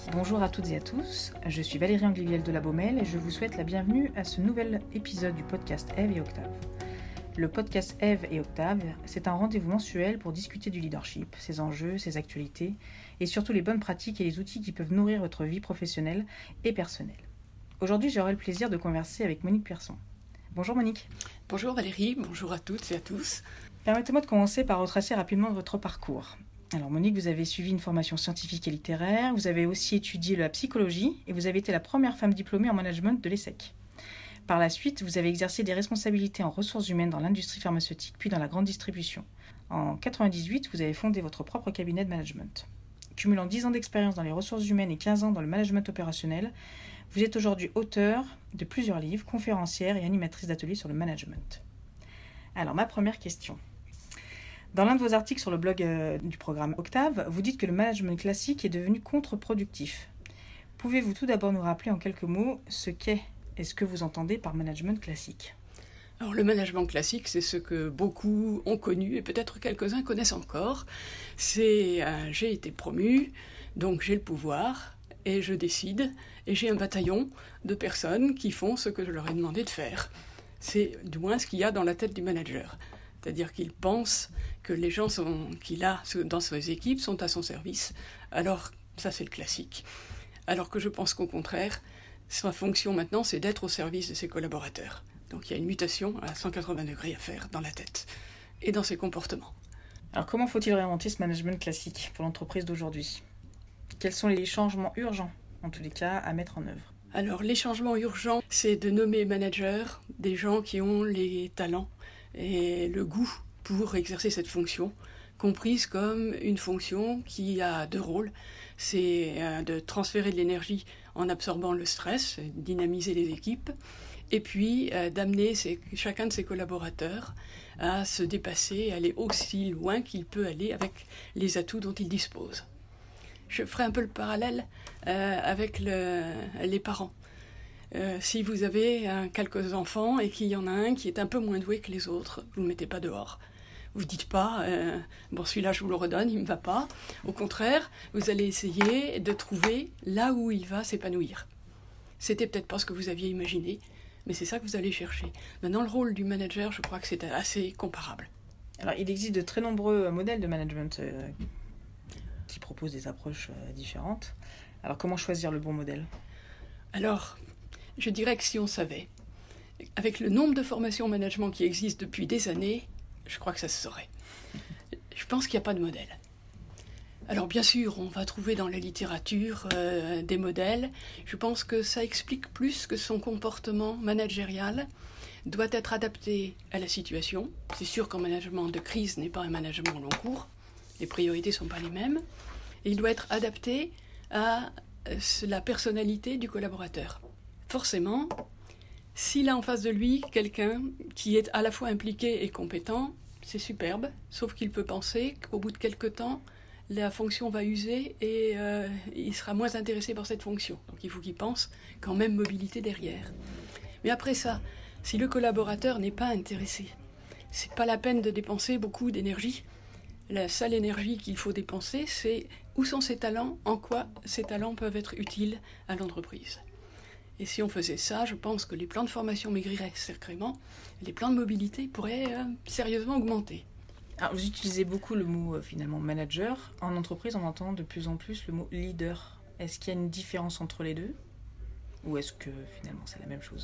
Bonjour à toutes et à tous, je suis Valérie Angliviel de la Baumelle et je vous souhaite la bienvenue à ce nouvel épisode du podcast Eve et Octave. Le podcast Eve et Octave, c'est un rendez-vous mensuel pour discuter du leadership, ses enjeux, ses actualités et surtout les bonnes pratiques et les outils qui peuvent nourrir votre vie professionnelle et personnelle. Aujourd'hui, j'aurai le plaisir de converser avec Monique Pierson. Bonjour Monique. Bonjour Valérie, bonjour à toutes et à tous. Permettez-moi de commencer par retracer rapidement votre parcours. Alors Monique, vous avez suivi une formation scientifique et littéraire, vous avez aussi étudié la psychologie et vous avez été la première femme diplômée en management de l'ESSEC. Par la suite, vous avez exercé des responsabilités en ressources humaines dans l'industrie pharmaceutique puis dans la grande distribution. En 1998, vous avez fondé votre propre cabinet de management. Cumulant 10 ans d'expérience dans les ressources humaines et 15 ans dans le management opérationnel, vous êtes aujourd'hui auteure de plusieurs livres, conférencière et animatrice d'ateliers sur le management. Alors ma première question. Dans l'un de vos articles sur le blog du programme Octave, vous dites que le management classique est devenu contre-productif. Pouvez-vous tout d'abord nous rappeler en quelques mots ce qu'est et ce que vous entendez par management classique ? Alors le management classique, c'est ce que beaucoup ont connu et peut-être quelques-uns connaissent encore. C'est j'ai été promu, donc j'ai le pouvoir et je décide et j'ai un bataillon de personnes qui font ce que je leur ai demandé de faire. C'est du moins ce qu'il y a dans la tête du manager. C'est-à-dire qu'il pense que les gens qu'il a dans ses équipes sont à son service. Alors, ça c'est le classique. Alors que je pense qu'au contraire, sa fonction maintenant, c'est d'être au service de ses collaborateurs. Donc il y a une mutation à 180 degrés à faire dans la tête et dans ses comportements. Alors comment faut-il réinventer ce management classique pour l'entreprise d'aujourd'hui ? Quels sont les changements urgents, en tous les cas, à mettre en œuvre ? Alors les changements urgents, c'est de nommer managers des gens qui ont les talents et le goût pour exercer cette fonction, comprise comme une fonction qui a deux rôles. C'est de transférer de l'énergie en absorbant le stress, dynamiser les équipes, et puis d'amener chacun de ses collaborateurs à se dépasser, aller aussi loin qu'il peut aller avec les atouts dont il dispose. Je ferai un peu le parallèle avec les parents. Si vous avez quelques enfants et qu'il y en a un qui est un peu moins doué que les autres, vous ne le mettez pas dehors. Vous ne dites pas bon celui-là je vous le redonne, il ne me va pas. Au contraire, vous allez essayer de trouver là où il va s'épanouir. C'était peut-être pas ce que vous aviez imaginé, mais c'est ça que vous allez chercher. Maintenant, le rôle du manager, je crois que c'est assez comparable. Alors il existe de très nombreux modèles de management qui proposent des approches différentes. Alors comment choisir le bon modèle ? Alors, je dirais que si on savait, avec le nombre de formations management qui existent depuis des années, je crois que ça se saurait. Je pense qu'il n'y a pas de modèle. Alors bien sûr, on va trouver dans la littérature des modèles. Je pense que ça explique plus que son comportement managérial doit être adapté à la situation. C'est sûr qu'un management de crise n'est pas un management au long cours. Les priorités ne sont pas les mêmes. Et il doit être adapté à la personnalité du collaborateur. Forcément, s'il a en face de lui quelqu'un qui est à la fois impliqué et compétent, c'est superbe, sauf qu'il peut penser qu'au bout de quelques temps, la fonction va user et il sera moins intéressé par cette fonction. Donc il faut qu'il pense quand même mobilité derrière. Mais après ça, si le collaborateur n'est pas intéressé, c'est pas la peine de dépenser beaucoup d'énergie. La seule énergie qu'il faut dépenser, c'est où sont ses talents, en quoi ces talents peuvent être utiles à l'entreprise. Et si on faisait ça, je pense que les plans de formation maigriraient sacrément, les plans de mobilité pourraient sérieusement augmenter. Alors, vous utilisez beaucoup le mot finalement manager. En entreprise, on entend de plus en plus le mot leader. Est-ce qu'il y a une différence entre les deux ? Ou est-ce que finalement c'est la même chose ?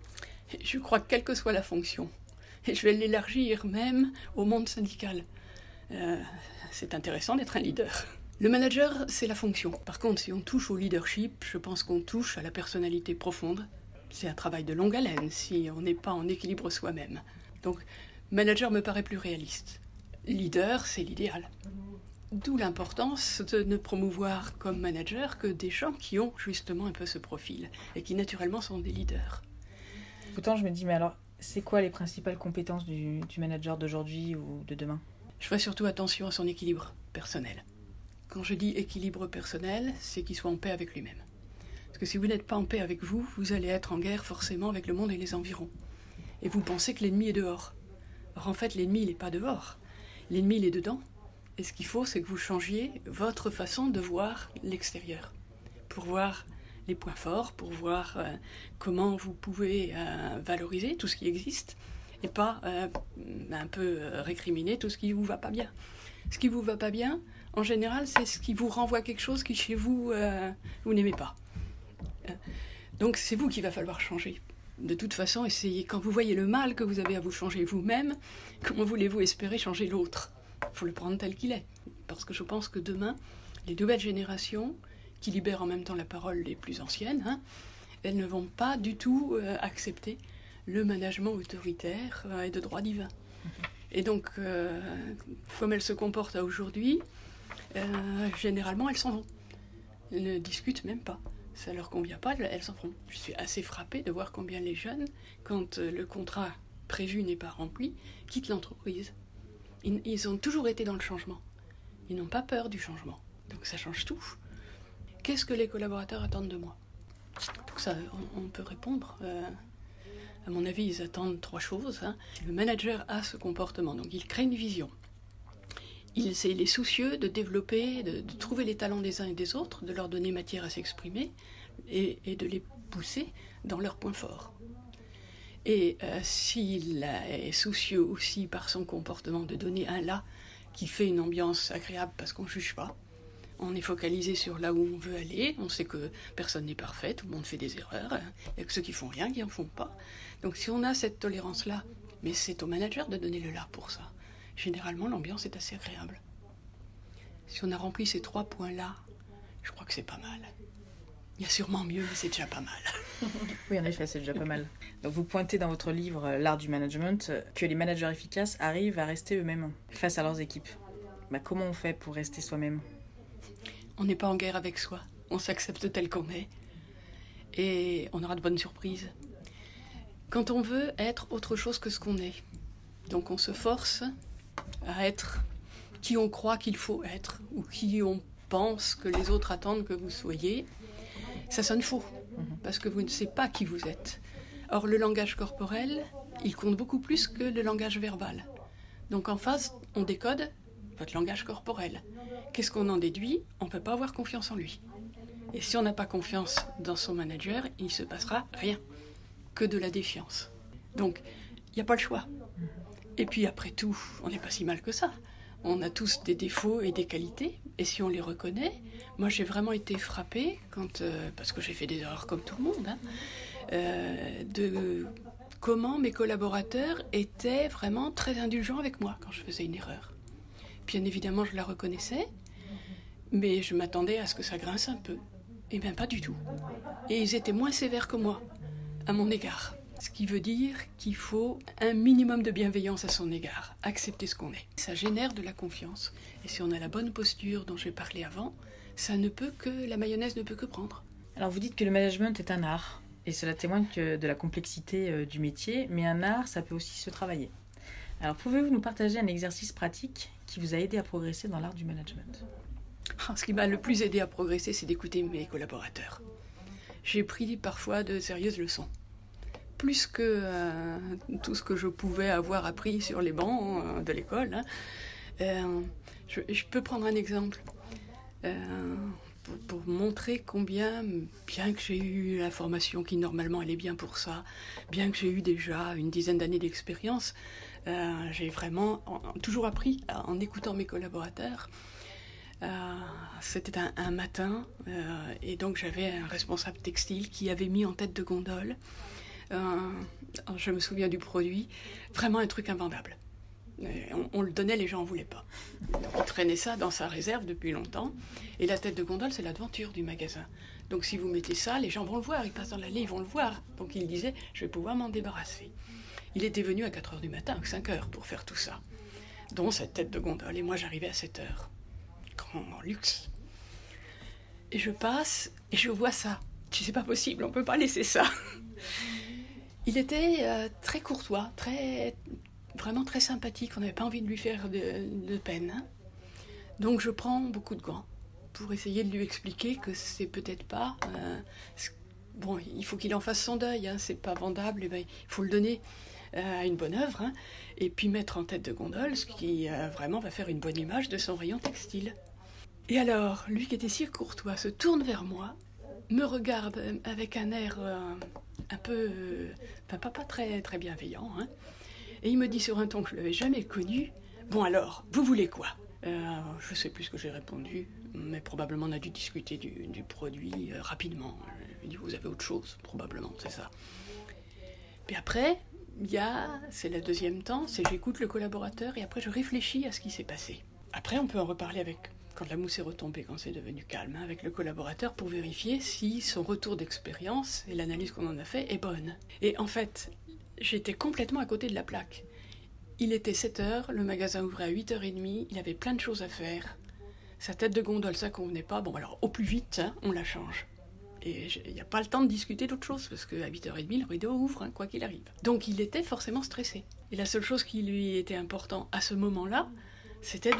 Je crois que quelle que soit la fonction, et je vais l'élargir même au monde syndical, c'est intéressant d'être un leader. Le manager, c'est la fonction. Par contre, si on touche au leadership, je pense qu'on touche à la personnalité profonde. C'est un travail de longue haleine si on n'est pas en équilibre soi-même. Donc, manager me paraît plus réaliste. Leader, c'est l'idéal. D'où l'importance de ne promouvoir comme manager que des gens qui ont justement un peu ce profil et qui naturellement sont des leaders. Pourtant, je me dis, mais alors, c'est quoi les principales compétences du manager d'aujourd'hui ou de demain ? Je ferai surtout attention à son équilibre personnel. Quand je dis équilibre personnel, c'est qu'il soit en paix avec lui-même. Parce que si vous n'êtes pas en paix avec vous, vous allez être en guerre forcément avec le monde et les environs. Et vous pensez que l'ennemi est dehors. Or en fait, l'ennemi, il n'est pas dehors. L'ennemi, il est dedans. Et ce qu'il faut, c'est que vous changiez votre façon de voir l'extérieur. pour voir les points forts, pour voir comment vous pouvez valoriser tout ce qui existe et pas un peu récriminer tout ce qui ne vous va pas bien. Ce qui ne vous va pas bien, en général, c'est ce qui vous renvoie quelque chose qui, chez vous, vous n'aimez pas. Donc, c'est vous qu'il va falloir changer. De toute façon, essayez, quand vous voyez le mal que vous avez à vous changer vous-même, comment voulez-vous espérer changer l'autre ? Il faut le prendre tel qu'il est. Parce que je pense que demain, les nouvelles générations, qui libèrent en même temps la parole les plus anciennes, elles ne vont pas du tout accepter le management autoritaire et de droit divin. Et donc, comme elles se comportent aujourd'hui, généralement, elles s'en vont. Elles ne discutent même pas. Ça ne leur convient pas, elles s'en vont. Je suis assez frappée de voir combien les jeunes, quand le contrat prévu n'est pas rempli, quittent l'entreprise. Ils ont toujours été dans le changement. Ils n'ont pas peur du changement. Donc ça change tout. Qu'est-ce que les collaborateurs attendent de moi ? Donc ça, on peut répondre. À mon avis, ils attendent 3 choses. Le manager a ce comportement, donc il crée une vision. Il est soucieux de développer, de trouver les talents des uns et des autres, de leur donner matière à s'exprimer et de les pousser dans leurs points forts. Et s'il est soucieux aussi par son comportement de donner un là qui fait une ambiance agréable parce qu'on ne juge pas, on est focalisé sur là où on veut aller, on sait que personne n'est parfait, tout le monde fait des erreurs, il n'y a que ceux qui font rien, qui n'en font pas. Donc si on a cette tolérance-là, mais c'est au manager de donner le là pour ça. Généralement, l'ambiance est assez agréable. Si on a rempli ces 3 points-là, je crois que c'est pas mal. Il y a sûrement mieux, mais c'est déjà pas mal. Oui, en effet, c'est déjà pas mal. Donc vous pointez dans votre livre « L'art du management » que les managers efficaces arrivent à rester eux-mêmes face à leurs équipes. Comment on fait pour rester soi-même ? On n'est pas en guerre avec soi. On s'accepte tel qu'on est. Et on aura de bonnes surprises. Quand on veut être autre chose que ce qu'on est, donc on se force à être qui on croit qu'il faut être, ou qui on pense que les autres attendent que vous soyez, ça sonne faux, parce que vous ne savez pas qui vous êtes. Or, le langage corporel, il compte beaucoup plus que le langage verbal. Donc en face, on décode votre langage corporel. Qu'est-ce qu'on en déduit ? On ne peut pas avoir confiance en lui. Et si on n'a pas confiance dans son manager, il ne se passera rien, que de la défiance. Donc, il n'y a pas le choix. Et puis après tout, on n'est pas si mal que ça. On a tous des défauts et des qualités, et si on les reconnaît, moi j'ai vraiment été frappée, parce que j'ai fait des erreurs comme tout le monde, de comment mes collaborateurs étaient vraiment très indulgents avec moi quand je faisais une erreur. Bien évidemment, je la reconnaissais, mais je m'attendais à ce que ça grince un peu. Et bien pas du tout. Et ils étaient moins sévères que moi, à mon égard. Ce qui veut dire qu'il faut un minimum de bienveillance à son égard, accepter ce qu'on est. Ça génère de la confiance. Et si on a la bonne posture dont j'ai parlé avant, la mayonnaise ne peut que prendre. Alors vous dites que le management est un art, et cela témoigne de la complexité du métier, mais un art, ça peut aussi se travailler. Alors pouvez-vous nous partager un exercice pratique qui vous a aidé à progresser dans l'art du management ? Ce qui m'a le plus aidé à progresser, c'est d'écouter mes collaborateurs. J'ai pris parfois de sérieuses leçons. Plus que tout ce que je pouvais avoir appris sur les bancs de l'école. Je peux prendre un exemple pour montrer combien, bien que j'ai eu la formation qui normalement allait bien pour ça, bien que j'ai eu déjà une dizaine d'années d'expérience, j'ai vraiment toujours appris en écoutant mes collaborateurs. C'était un matin, et donc j'avais un responsable textile qui avait mis en tête de gondole, je me souviens du produit, vraiment un truc invendable. On le donnait, les gens n'en voulaient pas. Donc, il traînait ça dans sa réserve depuis longtemps. Et la tête de gondole, c'est la devanture du magasin. Donc si vous mettez ça, les gens vont le voir, ils passent dans l'allée, ils vont le voir. Donc il disait, je vais pouvoir m'en débarrasser. Il était venu à 4h du matin, à 5h pour faire tout ça. Dont cette tête de gondole. Et moi j'arrivais à 7h. Grand luxe. Et je passe, et je vois ça. C'est pas possible, on peut pas laisser ça. Il était très courtois, vraiment très sympathique, on n'avait pas envie de lui faire de peine. Donc je prends beaucoup de gants pour essayer de lui expliquer que c'est peut-être pas... bon, il faut qu'il en fasse son deuil, c'est pas vendable, et il faut le donner à une bonne œuvre, et puis mettre en tête de gondole, ce qui vraiment va faire une bonne image de son rayon textile. Et alors, lui qui était si courtois se tourne vers moi, me regarde avec un air un peu, pas très, très bienveillant, hein, et il me dit sur un ton que je ne l'avais jamais connu, « Bon alors, vous voulez quoi ?» Je ne sais plus ce que j'ai répondu, mais probablement on a dû discuter du produit rapidement. Je lui ai dit, vous avez autre chose, probablement, c'est ça. Puis après, c'est le deuxième temps, c'est j'écoute le collaborateur et après je réfléchis à ce qui s'est passé. Après, on peut en reparler quand la mousse est retombée, quand c'est devenu calme, avec le collaborateur pour vérifier si son retour d'expérience et l'analyse qu'on en a fait est bonne. Et en fait, j'étais complètement à côté de la plaque. Il était 7h, le magasin ouvrait à 8h30, il avait plein de choses à faire. Sa tête de gondole, ça convenait pas. Bon, alors au plus vite, hein, on la change. Et il n'y a pas le temps de discuter d'autre chose, parce qu'à 8h30, le rideau ouvre, hein, quoi qu'il arrive. Donc il était forcément stressé. Et la seule chose qui lui était importante à ce moment-là, c'était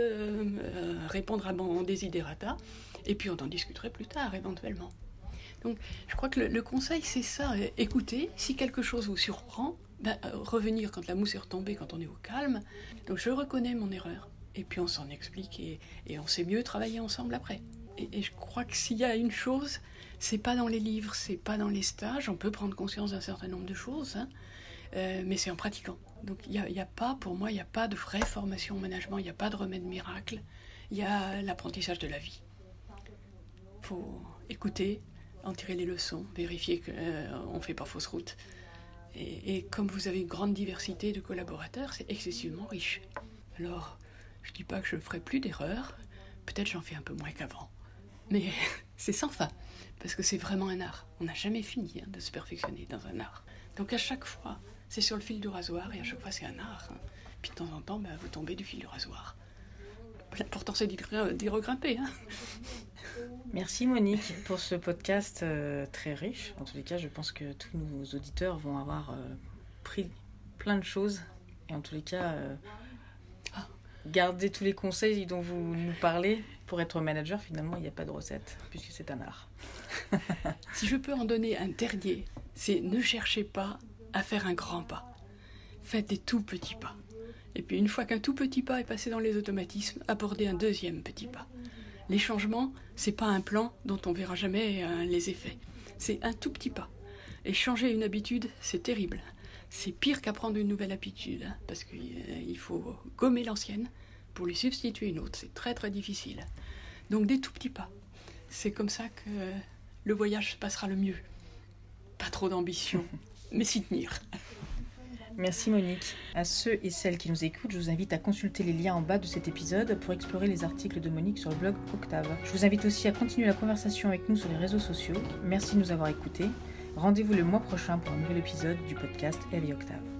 de répondre à mon desiderata, et puis on en discuterait plus tard, éventuellement. Donc je crois que le conseil, c'est ça. Écoutez, si quelque chose vous surprend, revenir quand la mousse est retombée, quand on est au calme. Donc je reconnais mon erreur. Et puis on s'en explique et on sait mieux travailler ensemble après. Et je crois que s'il y a une chose, c'est pas dans les livres, c'est pas dans les stages. On peut prendre conscience d'un certain nombre de choses, hein, mais c'est en pratiquant. Donc pour moi, il n'y a pas de vraie formation au management, il n'y a pas de remède miracle. Il y a l'apprentissage de la vie. Il faut écouter, en tirer les leçons, vérifier qu'on ne fait pas fausse route. Et comme vous avez une grande diversité de collaborateurs, c'est excessivement riche. Alors, je ne dis pas que je ne ferai plus d'erreurs, peut-être j'en fais un peu moins qu'avant. Mais c'est sans fin, parce que c'est vraiment un art. On n'a jamais fini de se perfectionner dans un art. Donc à chaque fois, c'est sur le fil du rasoir, et à chaque fois c'est un art. Hein. Puis de temps en temps, vous tombez du fil du rasoir. L'important c'est d'y regrimper. Hein. Merci Monique pour ce podcast très riche. En tous les cas, je pense que tous nos auditeurs vont avoir pris plein de choses. Et en tous les cas, gardez tous les conseils dont vous nous parlez. Pour être manager, finalement, il n'y a pas de recette, puisque c'est un art. Si je peux en donner un dernier, c'est ne cherchez pas à faire un grand pas. Faites des tout petits pas. Et puis une fois qu'un tout petit pas est passé dans les automatismes, abordez un deuxième petit pas. Les changements, c'est pas un plan dont on verra jamais les effets. C'est un tout petit pas. Et changer une habitude, c'est terrible. C'est pire qu'apprendre une nouvelle habitude, hein, parce qu'il faut gommer l'ancienne pour lui substituer une autre. C'est très très difficile. Donc des tout petits pas. C'est comme ça que le voyage se passera le mieux. Pas trop d'ambition, mais s'y tenir. Merci Monique. À ceux et celles qui nous écoutent, je vous invite à consulter les liens en bas de cet épisode pour explorer les articles de Monique sur le blog Octave. Je vous invite aussi à continuer la conversation avec nous sur les réseaux sociaux. Merci de nous avoir écoutés. Rendez-vous le mois prochain pour un nouvel épisode du podcast Éveil Octave.